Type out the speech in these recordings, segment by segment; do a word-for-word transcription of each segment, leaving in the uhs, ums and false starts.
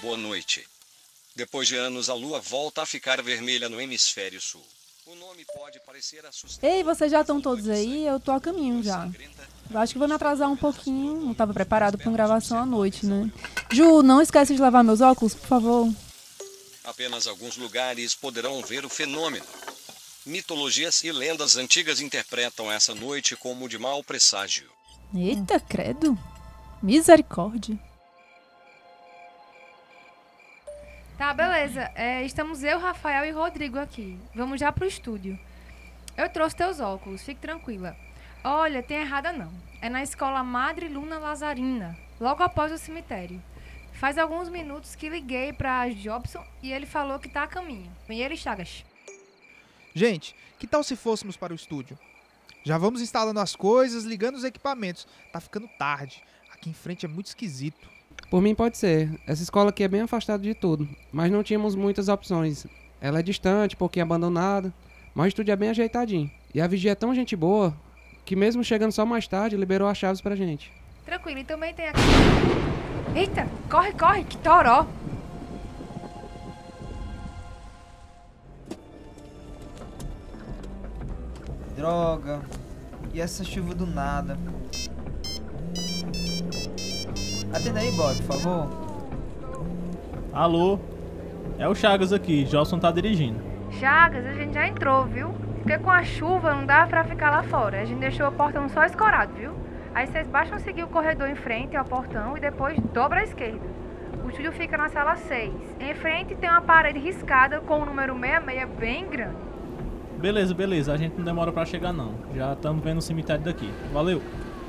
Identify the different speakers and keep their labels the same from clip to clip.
Speaker 1: boa noite. Depois de anos, a lua volta a ficar vermelha no hemisfério sul. O nome pode parecer assustador.
Speaker 2: Ei, vocês já estão todos aí? Eu tô a caminho já. Eu acho que vou me atrasar um pouquinho. Não tava preparado para uma gravação à noite, né? Ju, não esquece de lavar meus óculos, por favor.
Speaker 1: Apenas alguns lugares poderão ver o fenômeno. Mitologias e lendas antigas interpretam essa noite como de mau presságio.
Speaker 2: Eita, credo. Misericórdia.
Speaker 3: Tá, beleza. É, estamos eu, Rafael e Rodrigo aqui. Vamos já pro estúdio. Eu trouxe teus óculos, fique tranquila. Olha, tem errada não. É na escola Madre Luna Lazarina, logo após o cemitério. Faz alguns minutos que liguei pra Jobson e ele falou que tá a caminho. Vem ele, Chagas.
Speaker 4: Gente, que tal se fôssemos para o estúdio? Já vamos instalando as coisas, ligando os equipamentos. Tá ficando tarde. Aqui em frente é muito esquisito.
Speaker 5: Por mim pode ser. Essa escola aqui é bem afastada de tudo, mas não tínhamos muitas opções. Ela é distante, um pouquinho abandonada, mas o estúdio é bem ajeitadinho. E a vigia é tão gente boa, que mesmo chegando só mais tarde, liberou as chaves pra gente.
Speaker 3: Tranquilo, e também tem aqui... Eita, corre, corre, que toró!
Speaker 6: Droga. E essa chuva do nada? Atenda aí, Bob, por favor.
Speaker 7: Alô? É o Chagas aqui, Jolson tá dirigindo.
Speaker 3: Chagas, a gente já entrou, viu? Porque com a chuva não dá pra ficar lá fora. A gente deixou o portão só escorado, viu? Aí vocês baixam seguir o corredor em frente ao portão e depois dobra à esquerda. O estúdio fica na sala seis. Em frente tem uma parede riscada com o número sessenta e seis bem grande.
Speaker 7: Beleza, beleza, a gente não demora pra chegar não. Já estamos vendo o cemitério daqui. Valeu!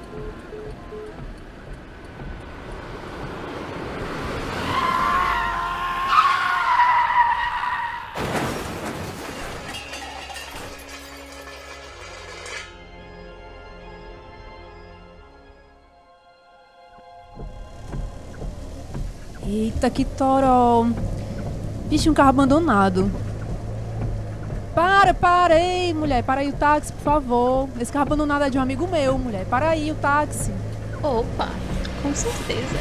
Speaker 2: Eita, que toró. Vixe, um carro abandonado. Para, para, ei, mulher, para aí o táxi, por favor. Esse carro abandonado é de um amigo meu, mulher. Para aí o táxi.
Speaker 8: Opa, com certeza.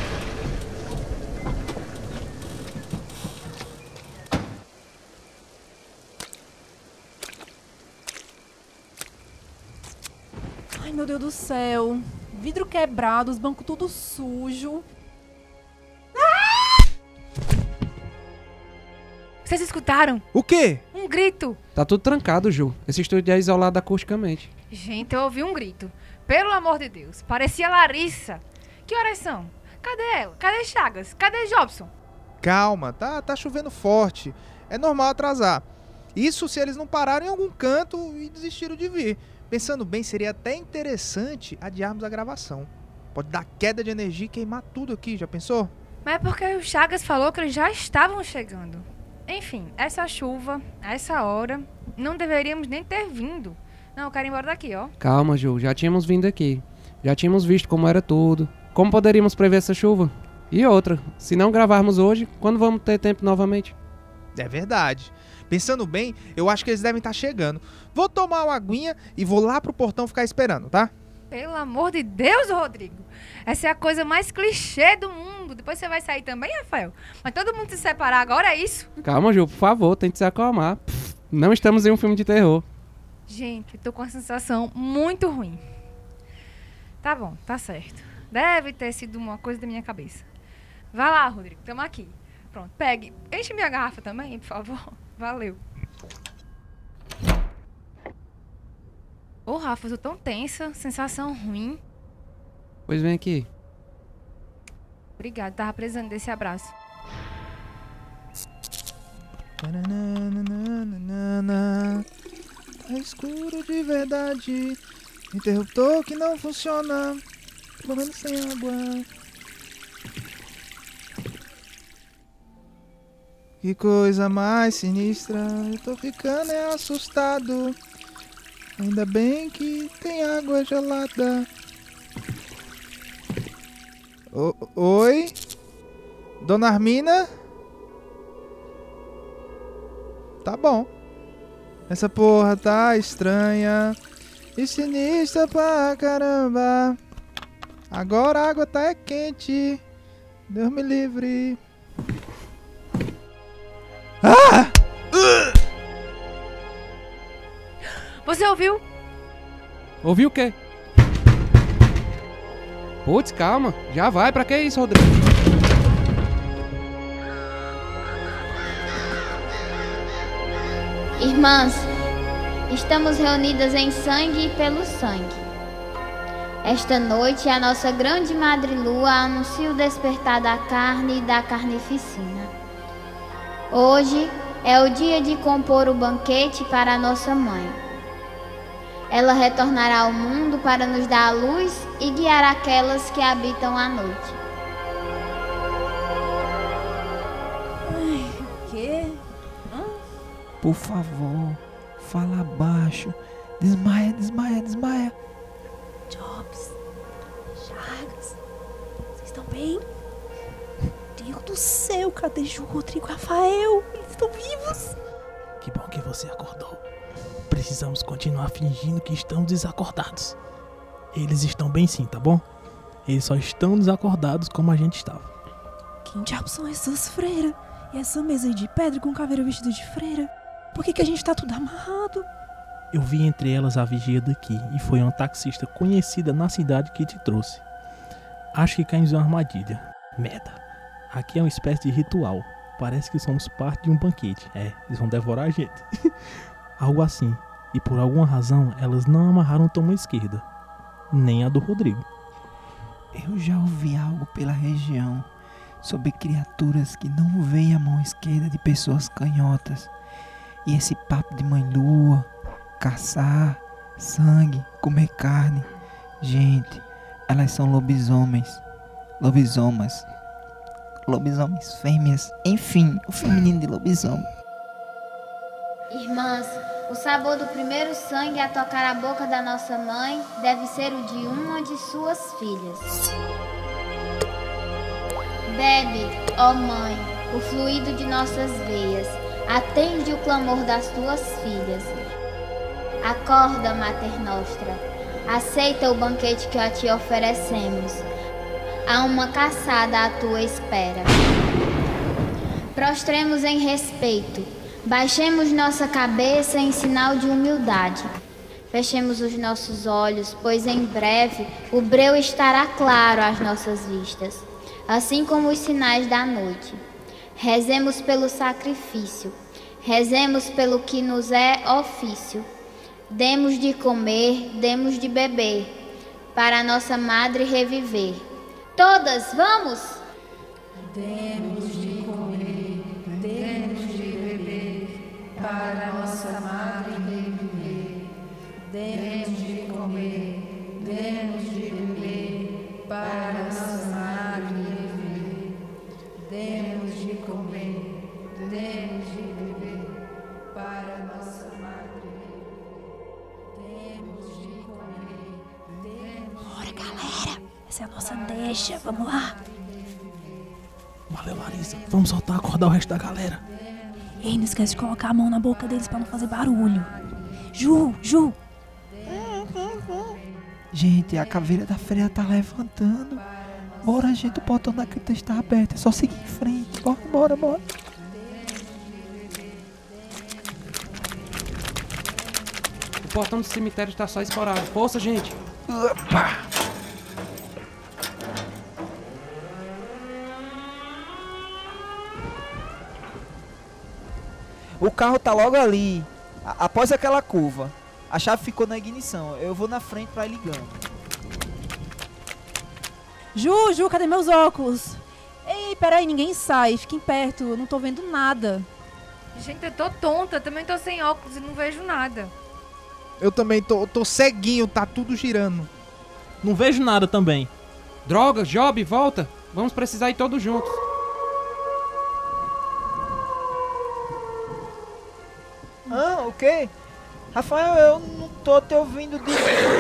Speaker 2: Ai, meu Deus do céu. Vidro quebrado, os bancos tudo sujo.
Speaker 3: Vocês escutaram?
Speaker 4: O quê?
Speaker 3: Um grito.
Speaker 5: Tá tudo trancado, Ju. Esse estúdio é isolado acusticamente.
Speaker 3: Gente, eu ouvi um grito. Pelo amor de Deus, parecia Larissa. Que horas são? Cadê ela? Cadê Chagas? Cadê Jobson?
Speaker 4: Calma, tá, tá chovendo forte. É normal atrasar. Isso se eles não pararam em algum canto e desistiram de vir. Pensando bem, seria até interessante adiarmos a gravação. Pode dar queda de energia e queimar tudo aqui, já pensou?
Speaker 3: Mas é porque o Chagas falou que eles já estavam chegando. Enfim, essa chuva, essa hora, não deveríamos nem ter vindo. Não, eu quero ir embora daqui, ó.
Speaker 5: Calma, Ju, já tínhamos vindo aqui. Já tínhamos visto como era tudo. Como poderíamos prever essa chuva? E outra, se não gravarmos hoje, quando vamos ter tempo novamente?
Speaker 4: É verdade. Pensando bem, eu acho que eles devem estar chegando. Vou tomar uma aguinha e vou lá pro portão ficar esperando, tá?
Speaker 3: Pelo amor de Deus, Rodrigo. Essa é a coisa mais clichê do mundo. Depois você vai sair também, Rafael? Mas todo mundo se separar agora, é isso?
Speaker 5: Calma, Ju, por favor, tente se acalmar. Pff, não estamos em um filme de terror.
Speaker 3: Gente, eu tô com uma sensação muito ruim. Tá bom, tá certo. Deve ter sido uma coisa da minha cabeça. Vai lá, Rodrigo, tamo aqui. Pronto, pegue. Enche minha garrafa também, por favor. Valeu. Ô, Rafa, eu tô tão tensa, sensação ruim.
Speaker 5: Pois vem aqui.
Speaker 3: Obrigada, tava precisando desse abraço.
Speaker 4: É escuro de verdade. Interruptor que não funciona. Morrendo sem água. Que coisa mais sinistra. Eu tô ficando é assustado. Ainda bem que tem água gelada. O, oi? Dona Armina? Tá bom. Essa porra tá estranha e sinistra pra caramba. Agora a água tá é quente. Deus me livre.
Speaker 3: Você ouviu?
Speaker 5: Ouviu o quê? Putz, calma. Já vai. Pra que isso, Rodrigo?
Speaker 9: Irmãs, estamos reunidas em sangue e pelo sangue. Esta noite, a nossa grande Madre Lua anuncia o despertar da carne e da carnificina. Hoje é o dia de compor o banquete para a nossa mãe. Ela retornará ao mundo para nos dar a luz e guiar aquelas que habitam a noite.
Speaker 2: Ai, o quê? Hã?
Speaker 10: Por favor, fala baixo. Desmaia, desmaia, desmaia.
Speaker 2: Jobs, Chagas, vocês estão bem? Deus do céu, cadê Ju, Rodrigo e Rafael? Eles estão vivos?
Speaker 11: Que bom que você acordou. Precisamos continuar fingindo que estamos desacordados. Eles estão bem sim, tá bom? Eles só estão desacordados como a gente estava.
Speaker 2: Quem diabos são essas freiras? E essa mesa aí de pedra com caveira vestida de freira? Por que que a gente tá tudo amarrado?
Speaker 11: Eu vi entre elas a vigia daqui e foi uma taxista conhecida na cidade que te trouxe. Acho que caímos em uma armadilha. Merda. Aqui é uma espécie de ritual. Parece que somos parte de um banquete. É, eles vão devorar a gente. Algo assim. E por alguma razão, elas não amarraram tua mão esquerda. Nem a do Rodrigo.
Speaker 10: Eu já ouvi algo pela região sobre criaturas que não veem a mão esquerda de pessoas canhotas. E esse papo de mãe lua, caçar, sangue, comer carne. Gente, elas são lobisomens. Lobisomas. Lobisomens fêmeas. Enfim, o feminino de lobisomem.
Speaker 9: Irmãs, o sabor do primeiro sangue a tocar a boca da nossa mãe deve ser o de uma de suas filhas. Bebe, ó mãe, o fluido de nossas veias. Atende o clamor das tuas filhas. Acorda, Mater Nostra. Aceita o banquete que a ti oferecemos. Há uma caçada à tua espera. Prostremos em respeito. Baixemos nossa cabeça em sinal de humildade. Fechemos os nossos olhos, pois em breve o breu estará claro às nossas vistas, assim como os sinais da noite. Rezemos pelo sacrifício, rezemos pelo que nos é ofício. Demos de comer, demos de beber, para a nossa madre reviver. Todas, vamos!
Speaker 12: Demos de comer, demos de beber, para a nossa madre reviver. Demos de comer, demos de beber, para a nossa madre reviver. Demos de comer, demos de beber, para a nossa madre reviver. Demos de comer, demos.
Speaker 2: Bora, galera! Essa é a nossa deixa, vamos lá!
Speaker 11: Valeu, Larissa. Vamos soltar, acordar o resto da galera.
Speaker 2: Ei, não esquece de colocar a mão na boca deles pra não fazer barulho. Ju, Ju!
Speaker 10: Gente, a caveira da freira tá levantando. Bora, gente, o portão da cripta está aberto. É só seguir em frente. Bora, bora, bora.
Speaker 5: O portão do cemitério está só esporado. Força, gente!
Speaker 10: Opa! O carro tá logo ali, a- após aquela curva. A chave ficou na ignição. Eu vou na frente pra ir ligando.
Speaker 2: Ju, Ju, cadê meus óculos? Ei, peraí, ninguém sai, fiquem perto, eu não tô vendo nada.
Speaker 3: Gente, eu tô tonta, também tô sem óculos e não vejo nada.
Speaker 4: Eu também tô, tô ceguinho, tá tudo girando.
Speaker 11: Não vejo nada também.
Speaker 5: Droga, Job, volta! Vamos precisar ir todos juntos.
Speaker 10: Ah, o quê? Rafael, eu não tô te ouvindo de...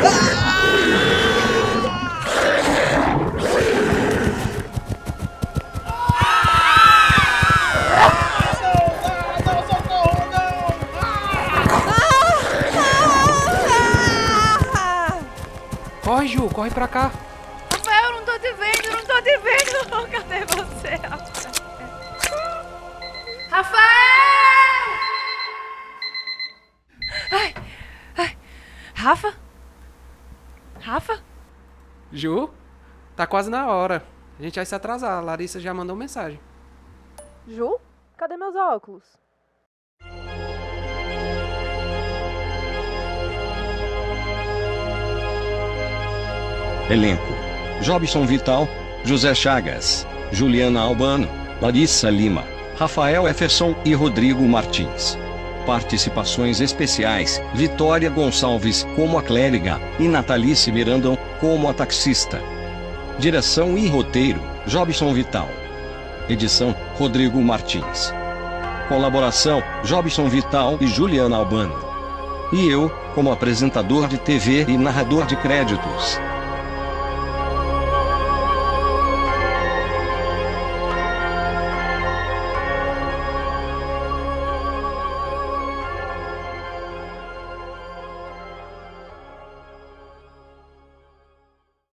Speaker 5: Corre, Ju, corre pra cá.
Speaker 3: Rafael, eu não tô te vendo, eu não tô te vendo. Cadê você, Rafael? Rafael! Ai, ai, Rafa? Rafa?
Speaker 5: Ju, tá quase na hora. A gente vai se atrasar. A Larissa já mandou mensagem.
Speaker 2: Ju, cadê meus óculos?
Speaker 1: Elenco: Jobson Vital, José Chagas, Juliana Albano, Larissa Lima, Rafael Efferson e Rodrigo Martins. Participações especiais: Vitória Gonçalves como a clériga e Natalice Mirandão como a taxista. Direção e roteiro: Jobson Vital. Edição: Rodrigo Martins. Colaboração: Jobson Vital e Juliana Albano. E eu, como apresentador de T V e narrador de créditos.